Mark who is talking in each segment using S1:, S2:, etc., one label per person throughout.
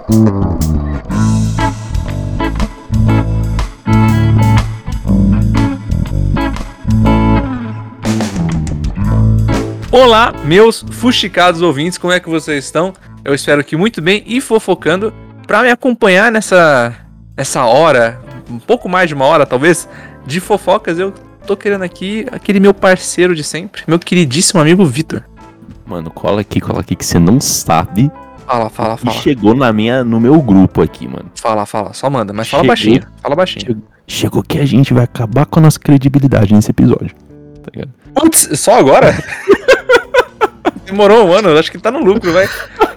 S1: Olá, meus fuxicados ouvintes, como é que vocês estão? Eu espero que muito bem e fofocando. Pra me acompanhar nessa hora, um pouco mais de uma hora talvez, de fofocas, eu tô querendo aqui aquele meu parceiro de sempre, meu queridíssimo amigo Vitor.
S2: Mano, cola aqui que você não sabe.
S1: Fala.
S2: E chegou no meu grupo aqui, mano.
S1: Fala, só manda, mas fala baixinho.
S2: Chegou que a gente vai acabar com a nossa credibilidade nesse episódio, tá ligado?
S1: Putz, só agora? Demorou um ano, acho que tá no lucro, vai.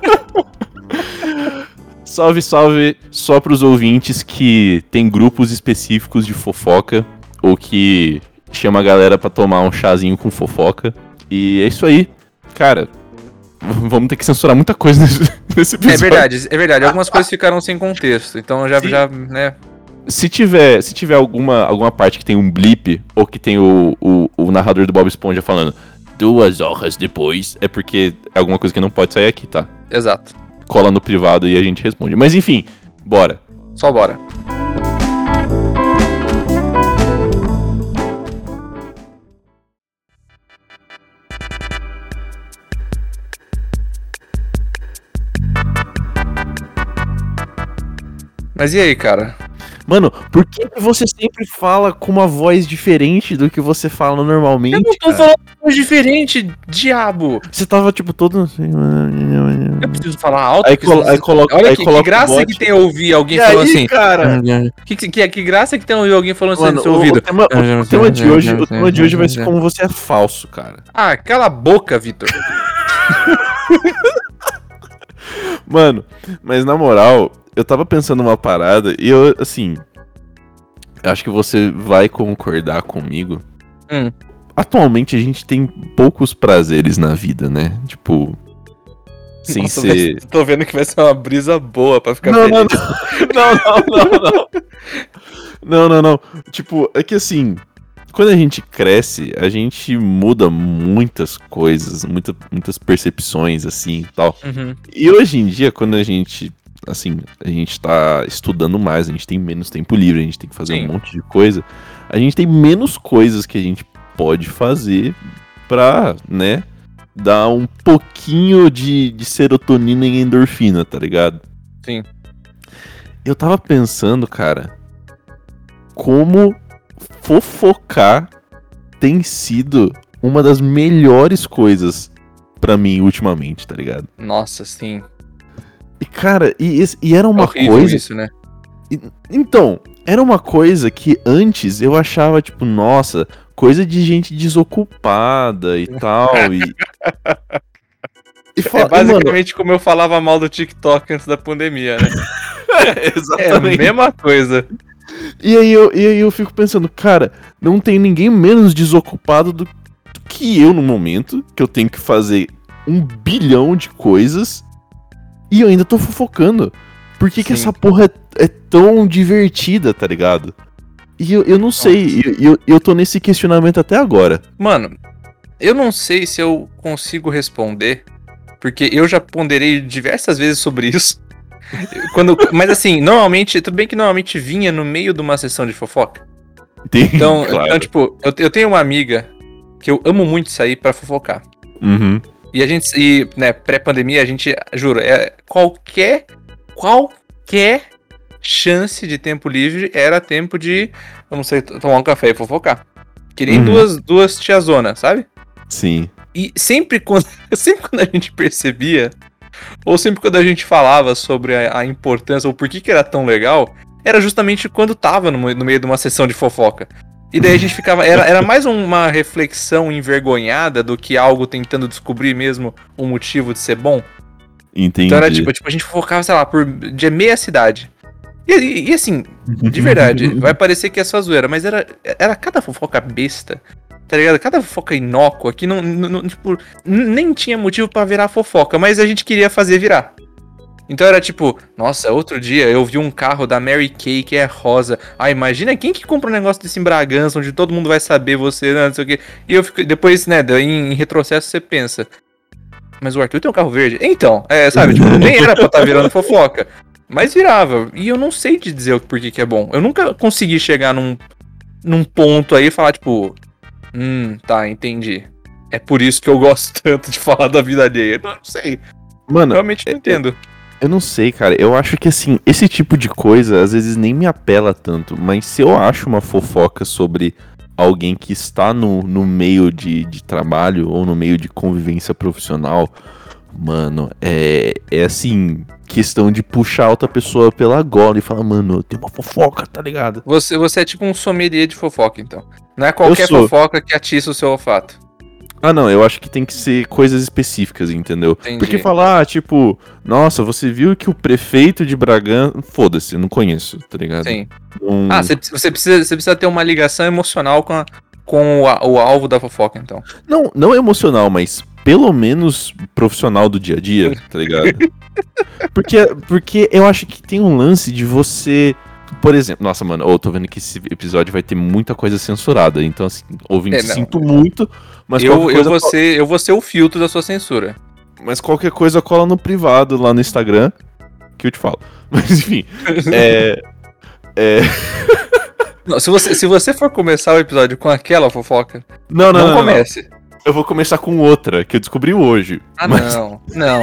S2: Salve só pros ouvintes que tem grupos específicos de fofoca ou que chama a galera pra tomar um chazinho com fofoca. E é isso aí, cara. Vamos ter que censurar muita coisa nesse episódio.
S1: É verdade. Algumas coisas ficaram sem contexto, então já, né...
S2: Se tiver alguma parte que tem um blip ou que tem o narrador do Bob Esponja falando 2 horas depois, é porque é alguma coisa que não pode sair aqui, tá?
S1: Exato.
S2: Cola no privado e a gente responde. Mas enfim, bora.
S1: Só bora. Mas e aí, cara?
S2: Mano, por que você sempre fala com uma voz diferente do que você fala normalmente?
S1: Eu não tô falando com voz diferente, diabo!
S2: Você tava tipo todo assim.
S1: Eu preciso falar alto.
S2: Aí coloca.
S1: Olha
S2: aí
S1: que graça que tem ouvir alguém falando assim.
S2: Cara?
S1: Que graça que tem ouvir alguém falando assim no seu ouvido.
S2: O tema de hoje vai ser como você é falso, cara.
S1: Ah, cala a boca, Vitor.
S2: Mano, mas na moral, eu tava pensando numa parada e eu, assim, acho que você vai concordar comigo. Atualmente a gente tem poucos prazeres na vida, né? Tipo, sem ser...
S1: Tô vendo que vai ser uma brisa boa pra ficar
S2: feliz. Não. Tipo, é que assim, quando a gente cresce, a gente muda muitas coisas, muitas percepções, assim, e tal.
S1: Uhum.
S2: E hoje em dia, quando a gente tá estudando mais, a gente tem menos tempo livre, a gente tem que fazer um monte de coisa, a gente tem menos coisas que a gente pode fazer pra, né, dar um pouquinho de serotonina e endorfina, tá ligado?
S1: Sim.
S2: Eu tava pensando, cara, como fofocar tem sido uma das melhores coisas pra mim ultimamente, tá ligado?
S1: Nossa, sim.
S2: E, cara, e era uma coisa...
S1: isso, né?
S2: Então, era uma coisa que antes eu achava, tipo, nossa, coisa de gente desocupada e tal,
S1: É basicamente como eu falava mal do TikTok antes da pandemia, né?
S2: Exatamente.
S1: É a mesma coisa.
S2: E aí eu fico pensando, cara, não tem ninguém menos desocupado do que eu no momento, que eu tenho que fazer 1 bilhão de coisas e eu ainda tô fofocando. Por que essa porra é tão divertida, tá ligado? E eu não sei, eu tô nesse questionamento até agora.
S1: Mano, eu não sei se eu consigo responder, porque eu já ponderei diversas vezes sobre isso. Mas assim, tudo bem que normalmente vinha no meio de uma sessão de fofoca. Então, tipo, eu tenho uma amiga que eu amo muito sair pra fofocar.
S2: Uhum.
S1: E né, pré-pandemia, a gente, juro, qualquer chance de tempo livre era tempo de, eu não sei, tomar um café e fofocar. Que nem duas tiazonas, sabe?
S2: Sim.
S1: E sempre quando a gente percebia, ou sempre quando a gente falava sobre a importância, ou por que era tão legal, era justamente quando tava no meio de uma sessão de fofoca. E daí a gente ficava... Era mais uma reflexão envergonhada do que algo tentando descobrir mesmo um motivo de ser bom.
S2: Entendi.
S1: Então era tipo a gente fofocava, sei lá, de meia cidade. E assim, de verdade, vai parecer que é só zoeira, mas era cada fofoca besta, tá ligado? Cada fofoca inócua que não tipo, nem tinha motivo pra virar fofoca, mas a gente queria fazer virar. Então era tipo, nossa, outro dia eu vi um carro da Mary Kay que é rosa. Ah, imagina quem que compra um negócio desse em Bragança, onde todo mundo vai saber você, não sei o quê. E eu fico, depois, né, em retrocesso você pensa, mas o Arthur tem um carro verde? Então, sabe, tipo, nem era pra estar virando fofoca. Mas virava. E eu não sei te dizer o porquê que é bom. Eu nunca consegui chegar num ponto aí e falar, tipo, tá, entendi. É por isso que eu gosto tanto de falar da vida alheia. Não sei.
S2: Mano,
S1: Realmente não entendo.
S2: eu não sei, cara. Eu acho que, assim, esse tipo de coisa às vezes nem me apela tanto. Mas se eu acho uma fofoca sobre alguém que está no meio de trabalho ou no meio de convivência profissional, mano, é assim, questão de puxar outra pessoa pela gola e falar, mano, tem uma fofoca, tá ligado?
S1: Você é tipo um sommelier de fofoca, então. Não é qualquer
S2: sou.
S1: fofoca que atiça o seu olfato.
S2: Ah, não, eu acho que tem que ser coisas específicas, entendeu?
S1: Entendi.
S2: Porque falar, tipo, nossa, você viu que o prefeito de Bragança. Foda-se, eu não conheço, tá ligado?
S1: Sim. Ah, você precisa ter uma ligação emocional com o alvo da fofoca, então.
S2: Não emocional, mas pelo menos profissional do dia a dia, tá ligado? Porque eu acho que tem um lance de você. Por exemplo, nossa, mano, eu tô vendo que esse episódio vai ter muita coisa censurada. Então, assim, ouvinte, sinto muito, mas
S1: eu vou ser o filtro da sua censura.
S2: Mas qualquer coisa cola no privado lá no Instagram, que eu te falo. Mas enfim,
S1: Não, se você for começar o episódio com aquela fofoca,
S2: não
S1: comece.
S2: Eu vou começar com outra, que eu descobri hoje.
S1: Ah, mas... não,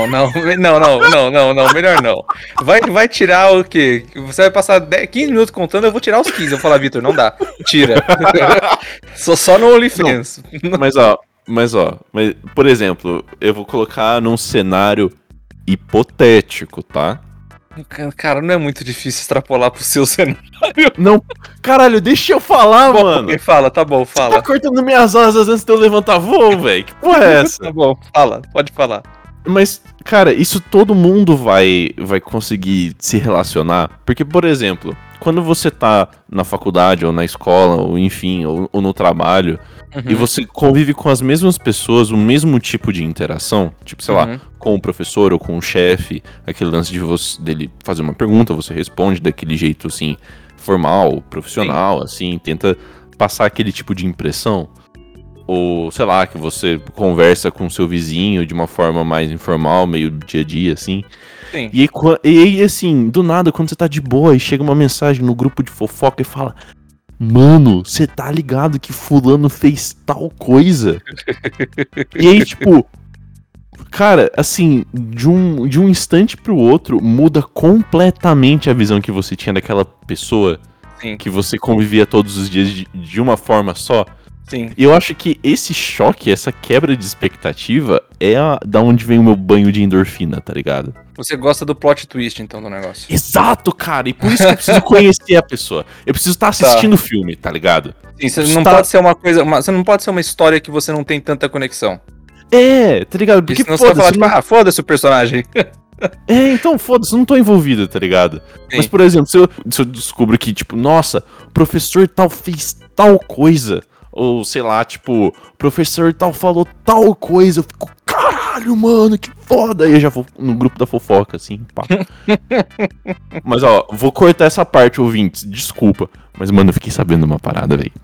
S1: melhor não. Vai tirar o quê? Você vai passar 15 minutos contando, eu vou tirar os 15. Eu vou falar, Vitor, não dá, tira. só no OnlyFans.
S2: Mas, por exemplo, eu vou colocar num cenário hipotético, tá?
S1: Cara, não é muito difícil extrapolar pro seu cenário.
S2: Não, caralho, deixa eu falar, mano.
S1: Fala, tá bom, fala.
S2: Você tá cortando minhas asas antes de eu levantar voo, velho? Que porra é essa?
S1: Tá bom, pode falar.
S2: Mas, cara, isso todo mundo vai conseguir se relacionar. Porque, por exemplo, quando você tá na faculdade, ou na escola, ou enfim, ou no trabalho, e você convive com as mesmas pessoas, o mesmo tipo de interação, tipo, sei lá, com o professor ou com o chefe, aquele lance dele fazer uma pergunta, você responde daquele jeito, assim, formal, profissional, assim, tenta passar aquele tipo de impressão. Ou, sei lá, que você conversa com seu vizinho de uma forma mais informal, meio dia a dia, assim.
S1: Sim.
S2: E aí, assim, do nada, quando você tá de boa e chega uma mensagem no grupo de fofoca e fala: mano, você tá ligado que fulano fez tal coisa? E aí, tipo, cara, assim, de um instante pro outro, muda completamente a visão que você tinha daquela pessoa.
S1: Sim.
S2: Que você convivia todos os dias de uma forma só.
S1: Sim.
S2: E eu acho que esse choque, essa quebra de expectativa é da onde vem o meu banho de endorfina, tá ligado?
S1: Você gosta do plot twist, então, do negócio.
S2: Exato, cara, e por isso que eu preciso conhecer a pessoa. Eu preciso estar assistindo o filme, tá ligado?
S1: Sim, você não pode ser uma coisa. Você não pode ser uma história que você não tem tanta conexão.
S2: É, tá ligado? Porque
S1: senão você vai falar, tipo, foda-se o personagem.
S2: Então, foda-se, não tô envolvido, tá ligado? Sim. Mas, por exemplo, se eu descubro que, tipo, nossa, o professor tal fez tal coisa. Ou, sei lá, tipo, o professor tal falou tal coisa. Eu fico, caralho, mano, que foda. Aí eu já vou no grupo da fofoca, assim, pá. Mas, ó, vou cortar essa parte, ouvintes. Desculpa. Mas, mano, eu fiquei sabendo uma parada, velho.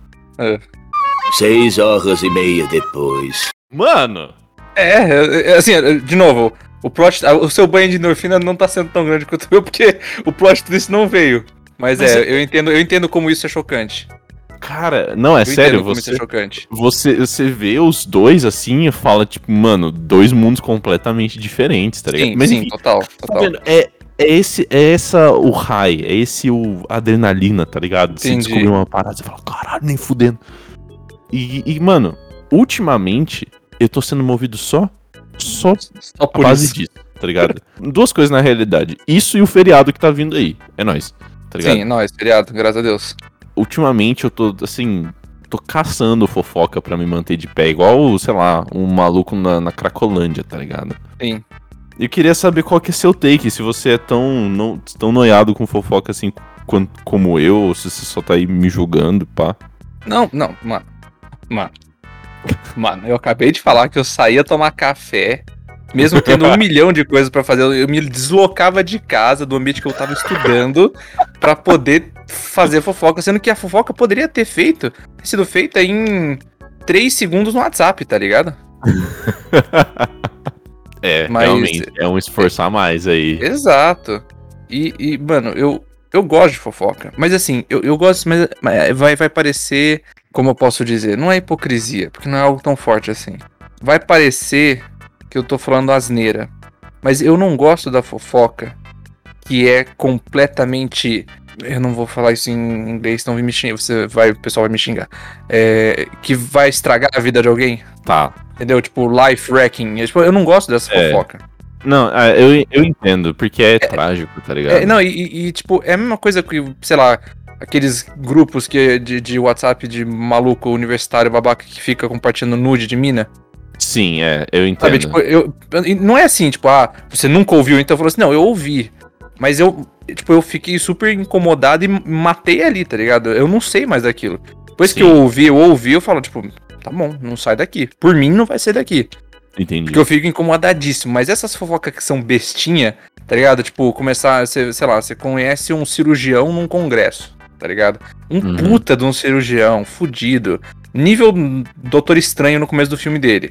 S3: 6h30 depois.
S2: Mano!
S1: Assim, de novo, o seu banho de endorfina não tá sendo tão grande quanto eu, porque o plot twist não veio. Mas eu entendo como isso é chocante.
S2: Cara, não, é sério, você vê os dois assim e fala, tipo, mano, dois mundos completamente diferentes, tá ligado?
S1: Sim,
S2: mas,
S1: sim,
S2: enfim,
S1: total.
S2: Tá vendo? É essa o high, é esse o adrenalina, tá ligado? Você descobrir uma parada, você fala, caralho, nem fudendo. E, mano, ultimamente, eu tô sendo movido só
S1: por
S2: base
S1: isso.
S2: disso, tá ligado? Duas coisas na realidade, isso e o feriado que tá vindo aí, é nóis, tá ligado?
S1: Sim, nós, feriado, graças a Deus.
S2: Ultimamente eu tô, assim, caçando fofoca pra me manter de pé, igual, sei lá, um maluco na Cracolândia, tá ligado?
S1: Sim.
S2: Eu queria saber qual que é seu take, se você é tão noiado com fofoca assim como eu, ou se você só tá aí me julgando, pá.
S1: Não, mano, eu acabei de falar que eu saía tomar café, mesmo tendo 1 milhão de coisas pra fazer, eu me deslocava de casa, do ambiente que eu tava estudando, pra poder fazer fofoca, sendo que a fofoca poderia ter sido feita em 3 segundos no WhatsApp, tá ligado?
S2: Mas, realmente, é um esforço a mais aí.
S1: Exato. Mano, eu gosto de fofoca. Mas assim, eu gosto, mas vai parecer, como eu posso dizer, não é hipocrisia, porque não é algo tão forte assim. Vai parecer que eu tô falando asneira. Mas eu não gosto da fofoca que é completamente... Eu não vou falar isso em inglês, não me xingar, o pessoal vai me xingar. Que vai estragar a vida de alguém.
S2: Tá.
S1: Entendeu? Tipo, life wrecking. Tipo, eu não gosto dessa fofoca.
S2: Não, eu entendo, porque é trágico, tá ligado?
S1: Tipo, é a mesma coisa que, sei lá, aqueles grupos de WhatsApp de maluco universitário babaca que fica compartilhando nude de mina.
S2: Sim, eu entendo.
S1: Sabe, tipo, não é assim, tipo, você nunca ouviu, então falou assim, não, eu ouvi. Mas eu fiquei super incomodado e matei ali, tá ligado? Eu não sei mais daquilo. Depois que eu ouvi, eu falo, tipo, tá bom, não sai daqui. Por mim, não vai sair daqui.
S2: Entendi.
S1: Porque eu fico incomodadíssimo. Mas essas fofocas que são bestinha, tá ligado? Tipo, começar, sei lá, você conhece um cirurgião num congresso, tá ligado? Puta de um cirurgião, fudido. Nível Doutor Estranho no começo do filme dele.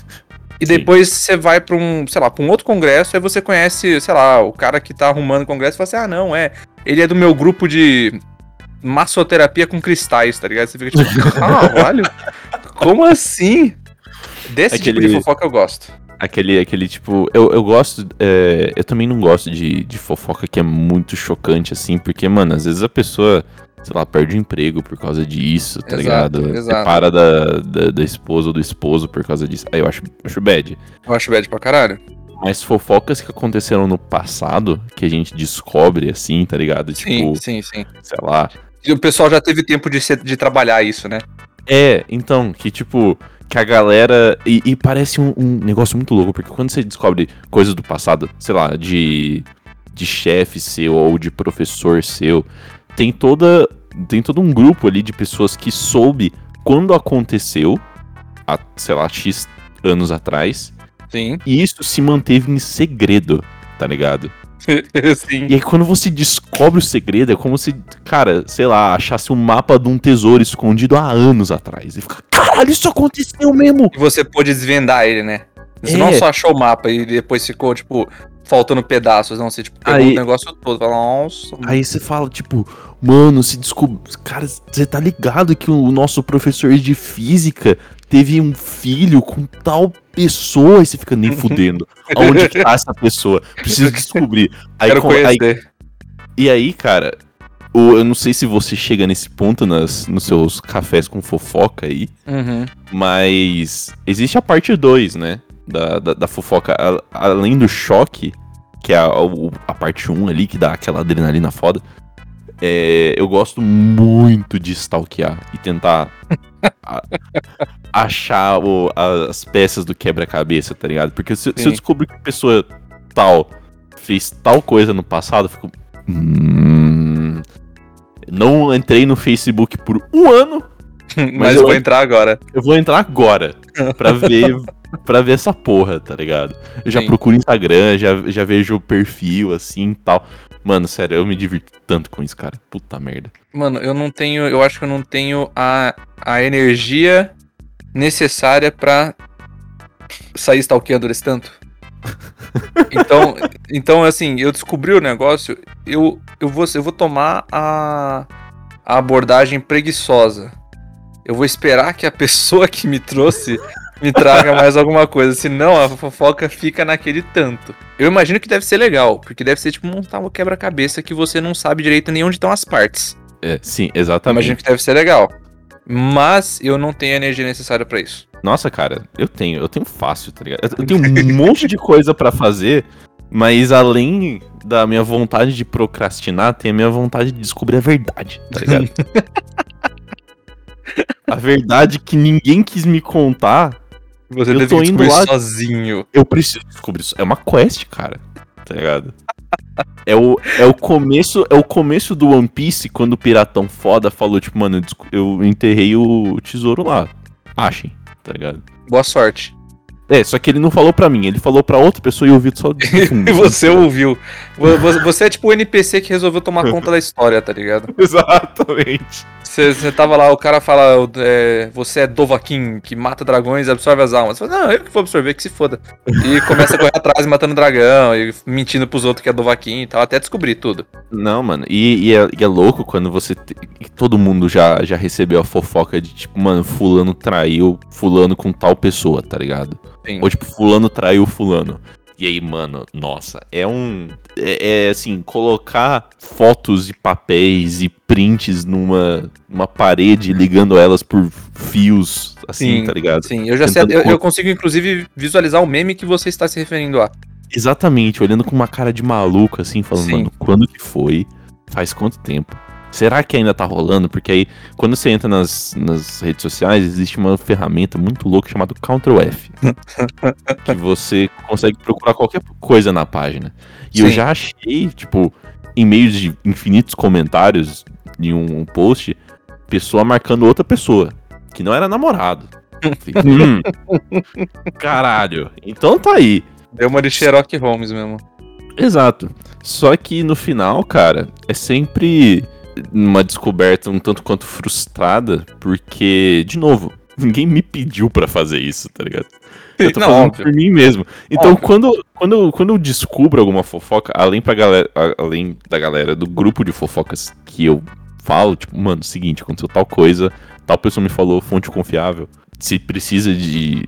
S1: E depois você vai pra um outro congresso, aí você conhece, sei lá, o cara que tá arrumando o congresso e fala assim, ele é do meu grupo de massoterapia com cristais, tá ligado? Você fica tipo, caralho, como assim? Desse tipo de fofoca eu gosto.
S2: Aquele tipo, eu gosto, eu também não gosto de fofoca que é muito chocante, assim, porque, mano, às vezes a pessoa, sei lá, perde o emprego por causa disso, tá ligado? Separa da esposa ou do esposo por causa disso. Aí eu acho bad.
S1: Eu acho bad pra caralho.
S2: Mas fofocas que aconteceram no passado, que a gente descobre, assim, tá ligado? Tipo,
S1: sim.
S2: Sei lá.
S1: E o pessoal já teve tempo de trabalhar isso, né?
S2: Então, que tipo... Que a galera... E parece um negócio muito louco, porque quando você descobre coisas do passado, sei lá, de chefe seu ou de professor seu, tem todo um grupo ali de pessoas que soube quando aconteceu, há, sei lá, X anos atrás.
S1: Sim.
S2: E isso se manteve em segredo, tá ligado?
S1: Sim.
S2: E aí quando você descobre o segredo, é como se, cara, sei lá, achasse um mapa de um tesouro escondido há anos atrás. E fica, caralho, isso aconteceu mesmo!
S1: E você pôde desvendar ele, né? Você não só achou o mapa e depois ficou, tipo, faltando pedaços, não. Você, tipo, pegou o negócio todo. Fala, nossa.
S2: Aí você fala, tipo, mano, se descobre. Cara, você tá ligado que o nosso professor de física teve um filho com tal pessoa? E você fica nem fudendo. Aonde que tá essa pessoa? Preciso descobrir.
S1: Quero conhecer.
S2: E aí, cara, eu não sei se você chega nesse ponto nos seus cafés com fofoca aí, mas existe a parte 2, né? Da fofoca, além do choque, que é a parte 1 ali, que dá aquela adrenalina foda. Eu gosto muito de stalkear e tentar achar as peças do quebra-cabeça, tá ligado? Porque se eu descobrir que a pessoa tal fez tal coisa no passado, eu fico... Não entrei no Facebook por um ano,
S1: mas eu vou entrar agora.
S2: Eu vou entrar agora pra ver essa porra, tá ligado? Eu já procuro Instagram, já vejo o perfil assim e tal. Mano, sério, eu me divirto tanto com isso, cara. Puta merda.
S1: Mano, eu acho que eu não tenho a energia necessária pra sair stalkeando desse tanto. Então, assim, eu descobri o negócio, eu vou tomar a abordagem preguiçosa. Eu vou esperar que a pessoa que me trouxe me traga mais alguma coisa, senão a fofoca fica naquele tanto. Eu imagino que deve ser legal, porque deve ser tipo montar um quebra-cabeça que você não sabe direito nem onde estão as partes.
S2: Sim, exatamente.
S1: Eu imagino que deve ser legal. Mas eu não tenho a energia necessária pra isso.
S2: Nossa, cara, eu tenho fácil, tá ligado? Eu tenho um monte de coisa pra fazer, mas além da minha vontade de procrastinar, tem a minha vontade de descobrir a verdade, tá ligado? A verdade que ninguém quis me contar.
S1: Você deve descobrir lá sozinho.
S2: Eu preciso descobrir isso. É uma quest, cara. Tá ligado? É o começo do One Piece, quando o piratão foda falou, tipo, mano, eu enterrei o tesouro lá. Achem, tá ligado?
S1: Boa sorte.
S2: Só que ele não falou pra mim, ele falou pra outra pessoa e eu ouvi só de fundo.
S1: E você ouviu. Você é tipo o NPC que resolveu tomar conta da história, tá ligado?
S2: Exatamente.
S1: Você tava lá, o cara fala, você é Dovahkiin, que mata dragões e absorve as almas. Você fala, não, eu que vou absorver, que se foda. E começa a correr atrás, matando dragão, e mentindo pros outros que é Dovahkiin e tal, até descobrir tudo.
S2: Não, mano, e é louco quando todo mundo já recebeu a fofoca de, tipo, mano, fulano traiu fulano com tal pessoa, tá ligado?
S1: Sim.
S2: Ou, tipo, fulano traiu fulano. E aí, mano, nossa, é assim, colocar fotos e papéis e prints numa parede, ligando elas por fios, assim,
S1: Sim,
S2: tá ligado?
S1: sim, eu já sei, eu consigo inclusive visualizar o meme que você está se referindo a.
S2: Exatamente, olhando com uma cara de maluco, assim, falando,
S1: Sim.
S2: mano, quando que foi? Faz quanto tempo? Será que ainda tá rolando? Porque aí, quando você entra nas redes sociais, existe uma ferramenta muito louca chamada Ctrl+F. que você consegue procurar qualquer coisa na página. E
S1: Sim.
S2: eu já achei, tipo, em meio de infinitos comentários de um post, pessoa marcando outra pessoa, que não era namorado. Caralho. Então tá aí.
S1: Deu uma de Sherlock Holmes mesmo.
S2: Exato. Só que no final, cara, é sempre uma descoberta um tanto quanto frustrada, porque, de novo, ninguém me pediu pra fazer isso, tá ligado? Eu tô fazendo por mim mesmo. Então, quando eu descubro alguma fofoca, além da galera do grupo de fofocas que eu falo, tipo, mano, seguinte, aconteceu tal coisa, tal pessoa me falou, fonte confiável, se precisa de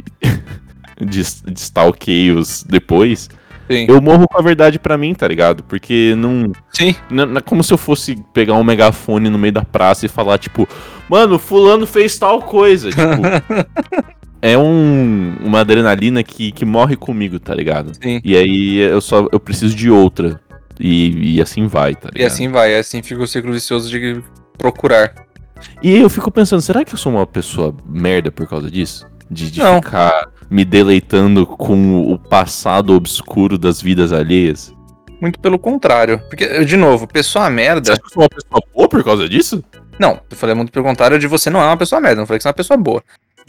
S2: stalkeios depois,
S1: Sim.
S2: eu morro com a verdade pra mim, tá ligado? Porque não...
S1: Sim.
S2: Não é como se eu fosse pegar um megafone no meio da praça e falar, tipo, mano, fulano fez tal coisa, tipo... É uma adrenalina que morre comigo, tá ligado?
S1: Sim.
S2: E aí eu preciso de outra. E assim vai, tá ligado?
S1: E assim vai, assim fica o ciclo vicioso de procurar.
S2: E eu fico pensando, será que eu sou uma pessoa merda por causa disso? De
S1: Não.
S2: ficar me deleitando com o passado obscuro das vidas alheias?
S1: Muito pelo contrário. Porque, de novo, pessoa merda...
S2: Você acha que eu sou uma pessoa boa por causa disso?
S1: Não, eu falei muito pelo contrário de você não é uma pessoa merda, não falei que você é uma pessoa boa.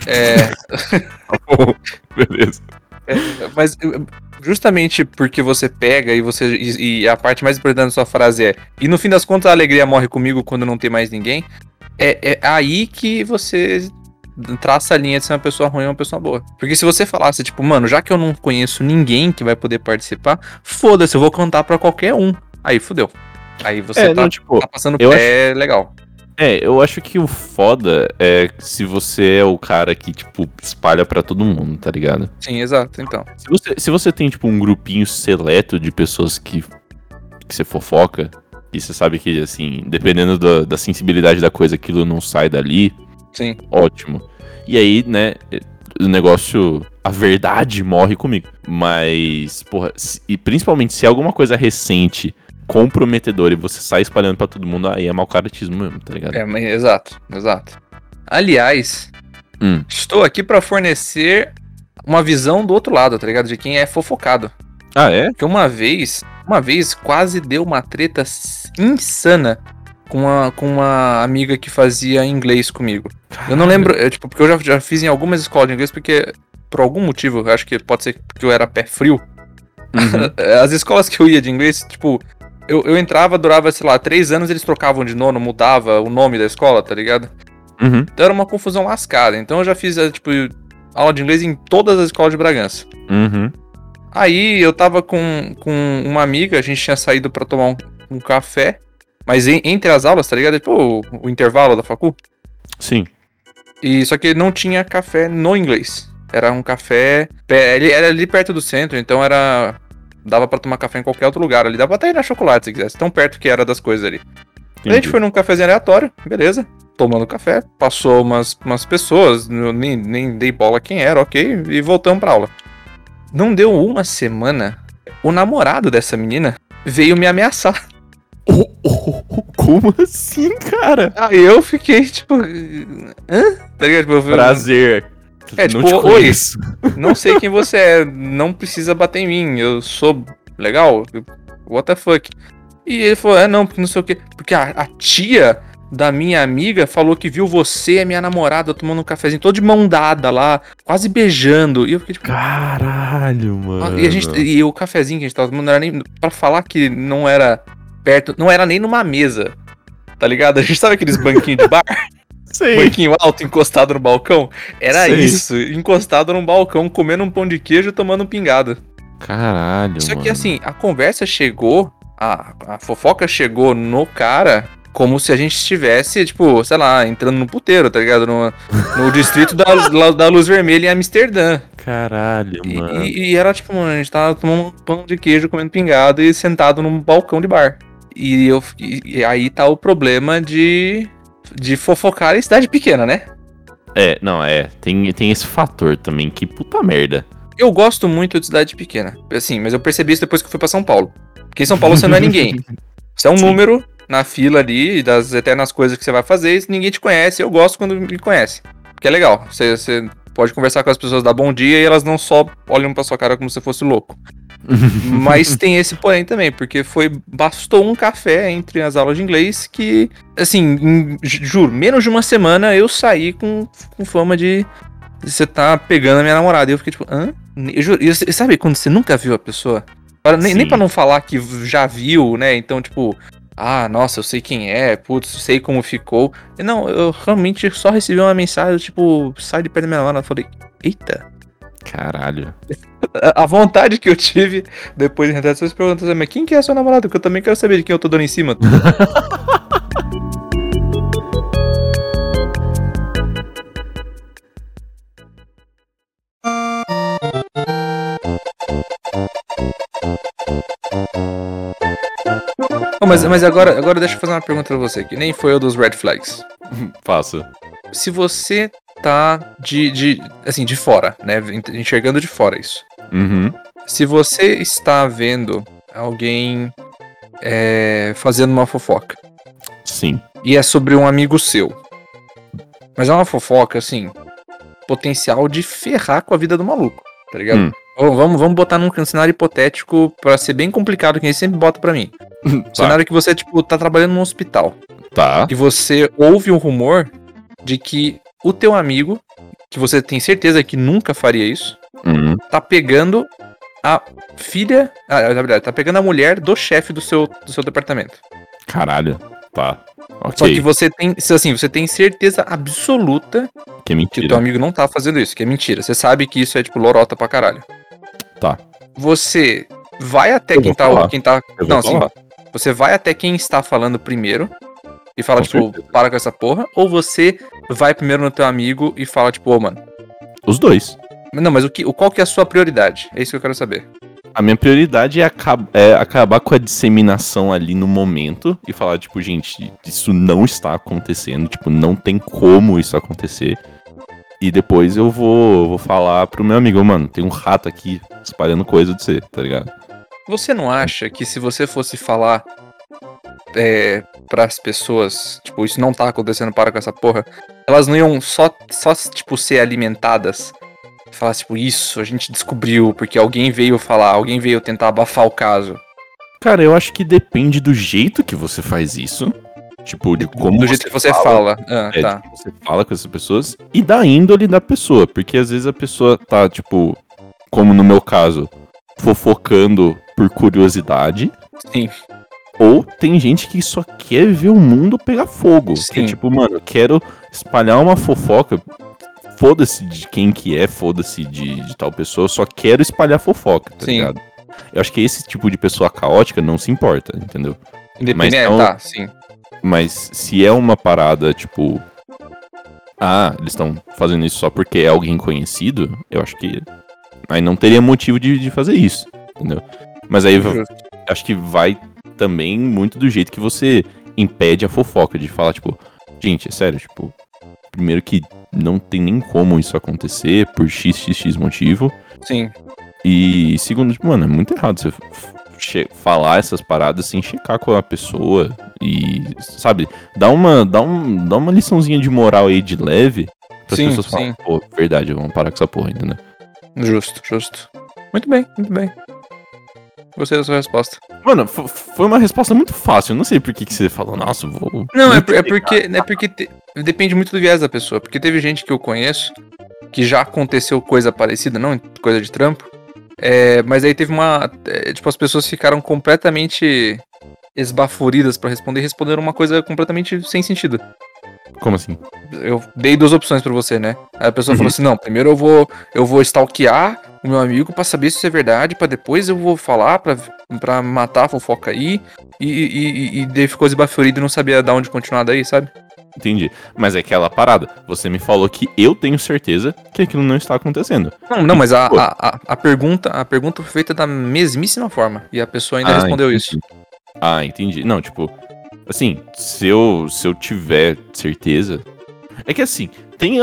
S2: Beleza.
S1: Mas justamente porque você pega e a parte mais importante da sua frase é e no fim das contas a alegria morre comigo quando não tem mais ninguém, é aí que você traça a linha de ser uma pessoa ruim ou uma pessoa boa. Porque se você falasse, tipo, mano, já que eu não conheço ninguém que vai poder participar, foda-se, eu vou contar pra qualquer um. Aí fudeu. Aí você tá passando pé legal.
S2: Eu acho que o foda é se você é o cara que, tipo, espalha pra todo mundo, tá ligado?
S1: Sim, exato, então.
S2: Se você tem, tipo, um grupinho seleto de pessoas que você fofoca, e você sabe que, assim, dependendo da sensibilidade da coisa, aquilo não sai dali,
S1: sim,
S2: ótimo. E aí, né, o negócio, a verdade morre comigo. Mas, porra, e principalmente se é alguma coisa recente, comprometedor e você sai espalhando pra todo mundo, aí é mau caratismo mesmo, tá ligado?
S1: Exato. Aliás, estou aqui pra fornecer uma visão do outro lado, tá ligado? De quem é fofocado.
S2: Ah, é?
S1: Porque uma vez quase deu uma treta insana com uma amiga que fazia inglês comigo. Caralho. Eu não lembro, porque eu já fiz em algumas escolas de inglês, porque por algum motivo, eu acho que pode ser porque eu era pé frio. As escolas que eu ia de inglês, tipo... Eu entrava, durava, sei lá, 3 anos, eles trocavam de nono, mudava o nome da escola, tá ligado? Então era uma confusão lascada. Então eu já fiz, tipo, aula de inglês em todas as escolas de Bragança. Aí eu tava com uma amiga, a gente tinha saído pra tomar um café, mas entre as aulas, tá ligado? Tipo, o intervalo da facu.
S2: Sim.
S1: E só que não tinha café no inglês. Era um café... Ele era ali perto do centro, então era... Dava pra tomar café em qualquer outro lugar ali. Dava até ir na Chocolate se quisesse. Tão perto que era das coisas ali. A gente foi num cafezinho aleatório. Beleza. Tomando café. Passou umas pessoas. Nem dei bola quem era, ok. E voltamos pra aula. Não deu uma semana. O namorado dessa menina veio me ameaçar.
S2: Como assim, cara?
S1: Aí eu fiquei tipo... Hã? Tá ligado? Tipo,
S2: prazer.
S1: Tipo, oi, não sei quem você é, não precisa bater em mim, eu sou legal, what the fuck. E ele falou, não, porque não sei o que, porque a tia da minha amiga falou que viu você e a minha namorada tomando um cafezinho, todo de mão dada lá, quase beijando, e eu fiquei tipo...
S2: Caralho, mano.
S1: E o cafezinho que a gente tava tomando não era nem, pra falar que não era perto, não era nem numa mesa, tá ligado? A gente sabe aqueles banquinhos de bar?
S2: Sei.
S1: Banquinho alto, encostado no balcão? Era
S2: Sei.
S1: isso, encostado num balcão, comendo um pão de queijo e tomando um pingado.
S2: Caralho,
S1: Só
S2: mano.
S1: que assim, a conversa chegou, a fofoca chegou no cara como se a gente estivesse, tipo, sei lá, entrando no puteiro, tá ligado? No distrito da Luz Vermelha em Amsterdã.
S2: Caralho, mano.
S1: E era tipo, mano, a gente tava tomando um pão de queijo, comendo pingado e sentado num balcão de bar. E aí tá o problema de fofocar em cidade pequena, né?
S2: Tem esse fator também, que puta merda.
S1: Eu gosto muito de cidade pequena, assim, mas eu percebi isso depois que eu fui pra São Paulo. Porque em São Paulo você não é ninguém. Você é um
S2: Sim.
S1: número na fila ali das eternas coisas que você vai fazer e ninguém te conhece. Eu gosto quando me conhece. Porque é legal. Você pode conversar com as pessoas, dar bom dia e elas não só olham pra sua cara como se fosse louco. Mas tem esse porém também, porque bastou um café entre as aulas de inglês que, assim, juro, menos de uma semana eu saí com fama de você tá pegando a minha namorada. E eu fiquei tipo, hã? Eu juro, e sabe quando você nunca viu a pessoa? Nem pra não falar que já viu, né? Então, tipo, nossa, eu sei quem é, putz, sei como ficou. Não, eu realmente só recebi uma mensagem, tipo, sai de perto da minha namorada. Eu falei, eita.
S2: Caralho.
S1: A vontade que eu tive depois de entrar essas perguntas é, mas quem que é a sua namorada? Porque eu também quero saber de quem eu tô dando em cima. Mas agora deixa eu fazer uma pergunta pra você, que nem foi eu dos Red Flags.
S2: Faço.
S1: Se você tá assim, de fora, né? Enxergando de fora isso.
S2: Uhum.
S1: Se você está vendo alguém fazendo uma fofoca.
S2: Sim.
S1: E é sobre um amigo seu. Mas é uma fofoca, assim, potencial de ferrar com a vida do maluco, tá ligado? Vamos botar num cenário hipotético pra ser bem complicado, que ele sempre bota pra mim. Cenário que você, tipo, tá trabalhando num hospital.
S2: Tá.
S1: E você ouve um rumor de que o teu amigo, que você tem certeza que nunca faria isso, tá pegando a filha... na verdade, tá pegando a mulher do chefe do seu departamento.
S2: Caralho. Tá. Ok.
S1: Só que você tem certeza absoluta
S2: Que é mentira.
S1: que o teu amigo não tá fazendo isso, que é mentira. Você sabe que isso é, tipo, lorota pra caralho.
S2: Tá.
S1: Você vai até
S2: Eu
S1: quem
S2: vou
S1: tá...
S2: falar.
S1: Quem tá
S2: Eu vou falar.
S1: Você vai até quem está falando primeiro e fala,
S2: Com
S1: tipo,
S2: certeza.
S1: para com essa porra, ou você vai primeiro no teu amigo e fala, tipo, ô, mano.
S2: Os dois.
S1: Não, mas qual que é a sua prioridade? É isso que eu quero saber.
S2: A minha prioridade é acabar com a disseminação ali no momento e falar, tipo, gente, isso não está acontecendo, tipo, não tem como isso acontecer. E depois eu vou falar pro meu amigo, mano, tem um rato aqui espalhando coisa de você, tá ligado?
S1: Você não acha que se você fosse falar pras pessoas, tipo, isso não tá acontecendo, para com essa porra, elas não iam só tipo, ser alimentadas? Falar, tipo, isso, a gente descobriu, porque alguém veio falar, alguém veio tentar abafar o caso.
S2: Cara, eu acho que depende do jeito que você faz isso. Tipo, de como
S1: Do jeito que você fala. Tá.
S2: de que você fala com essas pessoas e da índole da pessoa. Porque às vezes a pessoa tá, tipo, como no meu caso, fofocando por curiosidade.
S1: Sim.
S2: Ou tem gente que só quer ver o mundo pegar fogo.
S1: Sim.
S2: Que é tipo, mano, eu quero espalhar uma fofoca. Foda-se de quem que é, foda-se de tal pessoa, eu só quero espalhar fofoca, tá
S1: Sim.
S2: ligado? Eu acho que esse tipo de pessoa caótica não se importa, entendeu?
S1: Independente,
S2: Mas não-
S1: tá, sim.
S2: Mas se é uma parada, tipo... eles estão fazendo isso só porque é alguém conhecido, eu acho que... Aí não teria motivo de fazer isso, entendeu? Mas aí acho que vai também muito do jeito que você impede a fofoca, de falar, tipo... Gente, é sério, tipo... Primeiro que não tem nem como isso acontecer por xxx motivo.
S1: Sim.
S2: E segundo, tipo, mano, é muito errado você falar essas paradas sem checar com a pessoa. E, sabe, dá uma liçãozinha de moral aí de leve para as
S1: Sim,
S2: pessoas falarem, pô, verdade, vamos parar com essa porra, entendeu?
S1: Justo. Muito bem. Gostei da sua resposta.
S2: Mano, foi uma resposta muito fácil. Eu não sei por que você falou, nossa, vou.
S1: Não, é porque depende muito do viés da pessoa. Porque teve gente que eu conheço que já aconteceu coisa parecida, não coisa de trampo. Mas aí teve tipo, as pessoas ficaram completamente esbaforidas pra responder e responderam uma coisa completamente sem sentido.
S2: Como assim?
S1: Eu dei 2 opções pra você, né? Aí a pessoa falou assim, não, primeiro eu vou stalkear o meu amigo pra saber se isso é verdade, pra depois eu vou falar pra matar a fofoca aí, e daí ficou esbaforido e não sabia de onde continuar daí, sabe?
S2: Entendi. Mas é aquela parada. Você me falou que eu tenho certeza que aquilo não está acontecendo.
S1: Não, mas a pergunta foi feita da mesmíssima forma, e a pessoa ainda respondeu
S2: entendi.
S1: isso.
S2: Entendi. Não, tipo, assim, se eu tiver certeza... É que assim, tem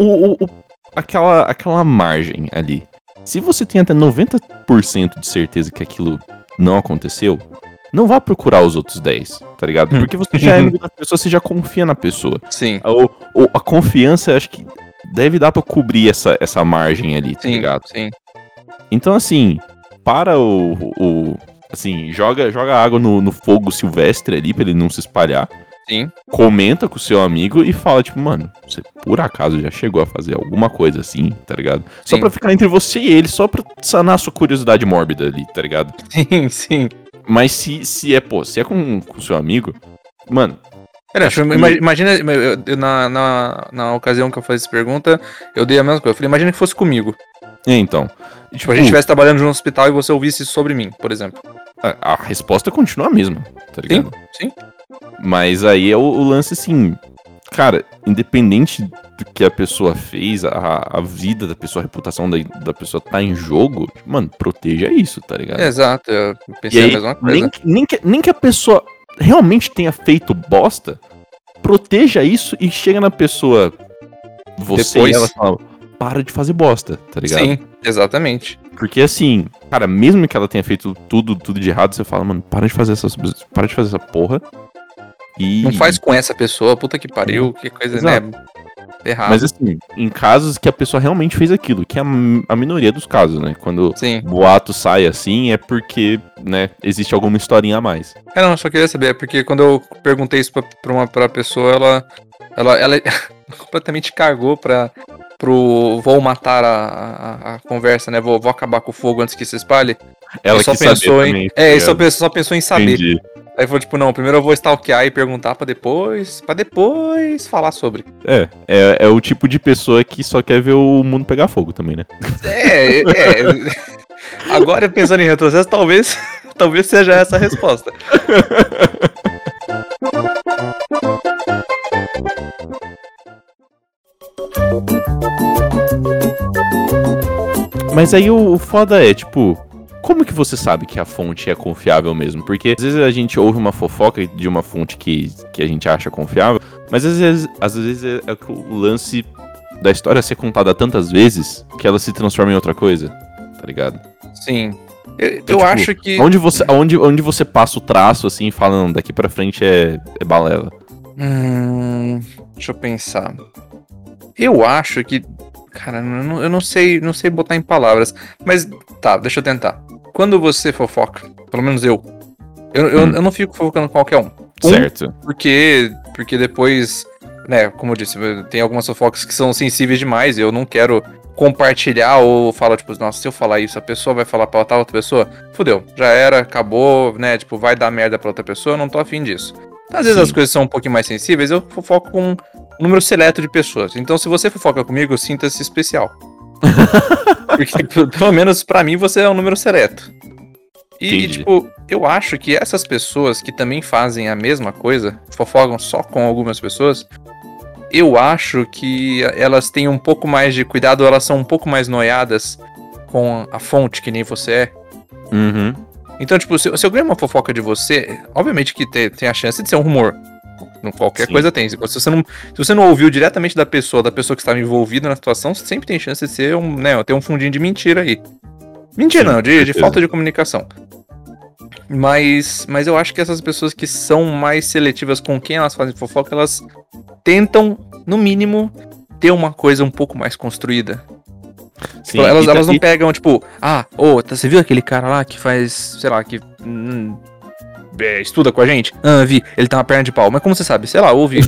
S2: aquela margem ali. Se você tem até 90% de certeza que aquilo não aconteceu, não vá procurar os outros 10, tá ligado? Porque você já é amigo da pessoa, você já confia na pessoa.
S1: Sim.
S2: A confiança, acho que deve dar pra cobrir essa margem ali, tá ligado?
S1: Sim.
S2: Então, assim, para assim, joga água no fogo silvestre ali pra ele não se espalhar.
S1: Sim.
S2: Comenta com o seu amigo e fala, tipo, mano, você por acaso já chegou a fazer alguma coisa assim, tá ligado? Só
S1: Sim.
S2: pra ficar entre você e ele, só pra sanar a sua curiosidade mórbida ali, tá ligado?
S1: Sim.
S2: Mas se é com o seu amigo, mano...
S1: Imagina, na ocasião que eu fiz essa pergunta, eu dei a mesma coisa. Eu falei, imagina que fosse comigo.
S2: Então...
S1: Tipo, a gente estivesse trabalhando no hospital e você ouvisse isso sobre mim, por exemplo.
S2: A resposta continua a mesma, tá ligado?
S1: Sim.
S2: Mas aí é o lance assim, cara, independente do que a pessoa fez, a vida da pessoa, a reputação da pessoa tá em jogo, mano, proteja isso, tá ligado?
S1: Exato, eu pensei a mesma coisa.
S2: Nem que a pessoa realmente tenha feito bosta, proteja isso e chega na pessoa, você
S1: Depois.
S2: e ela fala, para de fazer bosta, tá ligado?
S1: Sim, exatamente.
S2: Porque assim, cara, mesmo que ela tenha feito tudo de errado, você fala, mano, para de fazer essa porra. E...
S1: Não faz com essa pessoa, puta que pariu, que coisa,
S2: Exato.
S1: né? Errado.
S2: Mas assim, em casos que a pessoa realmente fez aquilo, que é a minoria dos casos, né? Quando
S1: Sim.
S2: boato sai assim, é porque, né, existe alguma historinha a mais.
S1: Não, eu só queria saber, porque quando eu perguntei isso pra pessoa, ela completamente cagou pro vou matar a conversa, né? Vou acabar com o fogo antes que se espalhe.
S2: Ela
S1: só
S2: quis
S1: pensou
S2: saber
S1: em.
S2: também,
S1: Só pensou em saber.
S2: Entendi.
S1: Aí foi tipo, não, primeiro eu vou stalkear e perguntar pra depois falar sobre.
S2: É o tipo de pessoa que só quer ver o mundo pegar fogo também, né?
S1: Agora, pensando em retrocesso, talvez seja essa a resposta.
S2: Mas aí o foda é, tipo, como que você sabe que a fonte é confiável mesmo? Porque às vezes a gente ouve uma fofoca de uma fonte que a gente acha confiável, mas às vezes é o lance da história ser contada tantas vezes que ela se transforma em outra coisa, tá ligado?
S1: Sim. Eu
S2: Tipo,
S1: acho que...
S2: Onde você passa o traço assim e fala, não, daqui pra frente é balela.
S1: Deixa eu pensar. Eu acho que... Cara, eu não sei botar em palavras. Mas, tá, deixa eu tentar. Quando você fofoca, pelo menos eu não fico fofocando com qualquer um.
S2: Certo.
S1: Porque depois, né, como eu disse, tem algumas fofocas que são sensíveis demais e eu não quero compartilhar ou falar, tipo, nossa, se eu falar isso, a pessoa vai falar pra outra pessoa, fudeu, já era, acabou, né, tipo, vai dar merda pra outra pessoa, eu não tô afim disso. Às vezes as coisas são um pouquinho mais sensíveis, eu fofoco com um número seleto de pessoas. Então, se você fofoca comigo, sinta-se especial. Porque, pelo menos pra mim, você é um número seleto. E, tipo, eu acho que essas pessoas que também fazem a mesma coisa, fofocam só com algumas pessoas, eu acho que elas têm um pouco mais de cuidado, elas são um pouco mais noiadas com a fonte, que nem você é.
S2: Uhum.
S1: Então, tipo, se eu ganhar uma fofoca de você, obviamente que tem a chance de ser um rumor. Qualquer coisa tem. Se você não ouviu diretamente da pessoa que estava envolvida na situação, sempre tem chance de ser ter um fundinho de mentira aí. Mentira não, de falta de comunicação. Mas eu acho que essas pessoas que são mais seletivas com quem elas fazem fofoca, elas tentam, no mínimo, ter uma coisa um pouco mais construída.
S2: Sim,
S1: elas não pegam, tipo, você viu aquele cara lá que faz, sei lá, que estuda com a gente? Vi, ele tem uma perna de pau. Mas como você sabe? Sei lá, ouvi.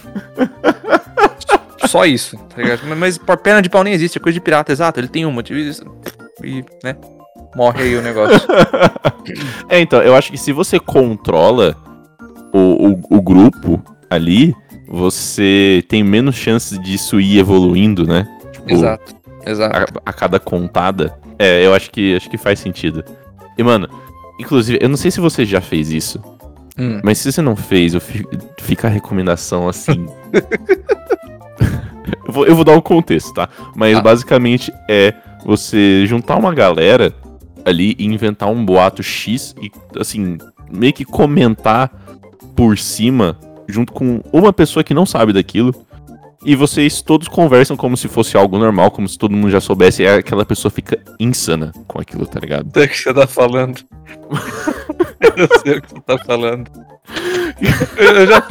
S1: Só isso, tá ligado? Mas perna de pau nem existe, é coisa de pirata, exato, ele tem uma. E, né? morre aí o negócio.
S2: Então, eu acho que se você controla o grupo ali, você tem menos chances disso ir evoluindo, né? Tipo,
S1: Exato.
S2: a cada contada. Eu acho que faz sentido. E, mano, inclusive, eu não sei se você já fez isso, mas se você não fez, fica a recomendação assim. eu vou dar um contexto, tá? Mas basicamente é você juntar uma galera ali e inventar um boato X e, assim, meio que comentar por cima, junto com uma pessoa que não sabe daquilo. E vocês todos conversam como se fosse algo normal, como se todo mundo já soubesse. E aquela pessoa fica insana com aquilo, tá ligado?
S1: Sei o que você tá falando. Eu sei o que você tá falando. Eu já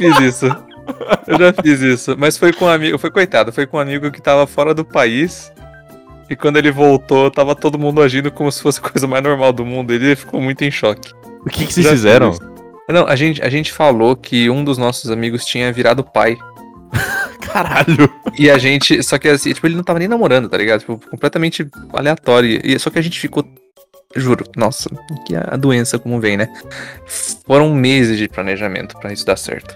S1: fiz isso. Mas foi com um amigo. Foi com um amigo que tava fora do país. E quando ele voltou, tava todo mundo agindo como se fosse a coisa mais normal do mundo. Ele ficou muito em choque.
S2: O que vocês fizeram?
S1: Não, a gente falou que um dos nossos amigos tinha virado pai.
S2: Caralho.
S1: E a gente, só que assim, tipo, ele não tava nem namorando, tá ligado? Tipo, completamente aleatório. Só que a gente ficou, juro, nossa, que a doença como vem, né? Foram meses de planejamento pra isso dar certo.